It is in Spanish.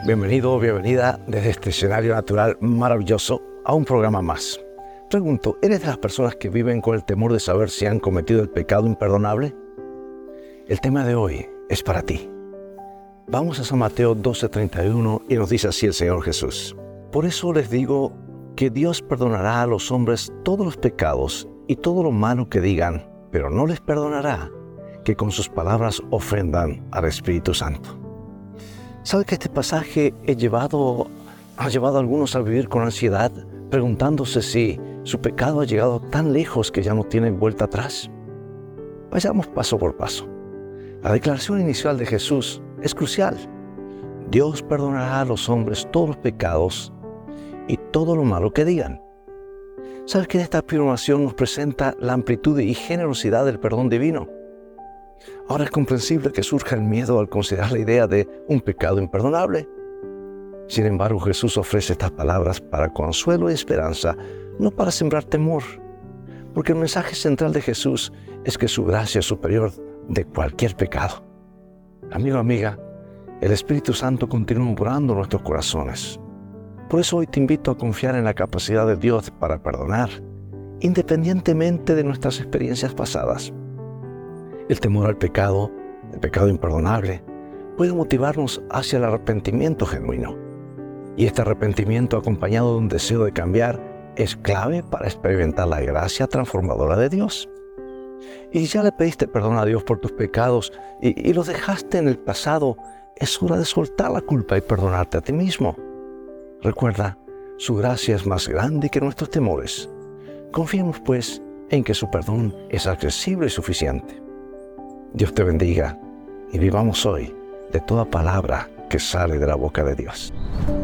Bienvenido o bienvenida desde este escenario natural maravilloso a un programa más. Pregunto, ¿eres de las personas que viven con el temor de saber si han cometido el pecado imperdonable? El tema de hoy es para ti. Vamos a San Mateo 12:31 y nos dice así el Señor Jesús. Por eso les digo que Dios perdonará a los hombres todos los pecados y todo lo malo que digan, pero no les perdonará que con sus palabras ofendan al Espíritu Santo. ¿Sabe que este pasaje ha llevado a algunos a vivir con ansiedad, preguntándose si su pecado ha llegado tan lejos que ya no tiene vuelta atrás? Vayamos paso por paso. La declaración inicial de Jesús es crucial. Dios perdonará a los hombres todos los pecados y todo lo malo que digan. ¿Sabes que esta afirmación nos presenta la amplitud y generosidad del perdón divino? Ahora es comprensible que surja el miedo al considerar la idea de un pecado imperdonable. Sin embargo, Jesús ofrece estas palabras para consuelo y esperanza, no para sembrar temor, porque el mensaje central de Jesús es que su gracia es superior de cualquier pecado. Amigo, amiga, el Espíritu Santo continúa obrando nuestros corazones. Por eso hoy te invito a confiar en la capacidad de Dios para perdonar, independientemente de nuestras experiencias pasadas. El temor al pecado, el pecado imperdonable, puede motivarnos hacia el arrepentimiento genuino. Y este arrepentimiento acompañado de un deseo de cambiar es clave para experimentar la gracia transformadora de Dios. Y si ya le pediste perdón a Dios por tus pecados y los dejaste en el pasado, es hora de soltar la culpa y perdonarte a ti mismo. Recuerda, su gracia es más grande que nuestros temores. Confiemos pues en que su perdón es accesible y suficiente. Dios te bendiga y vivamos hoy de toda palabra que sale de la boca de Dios.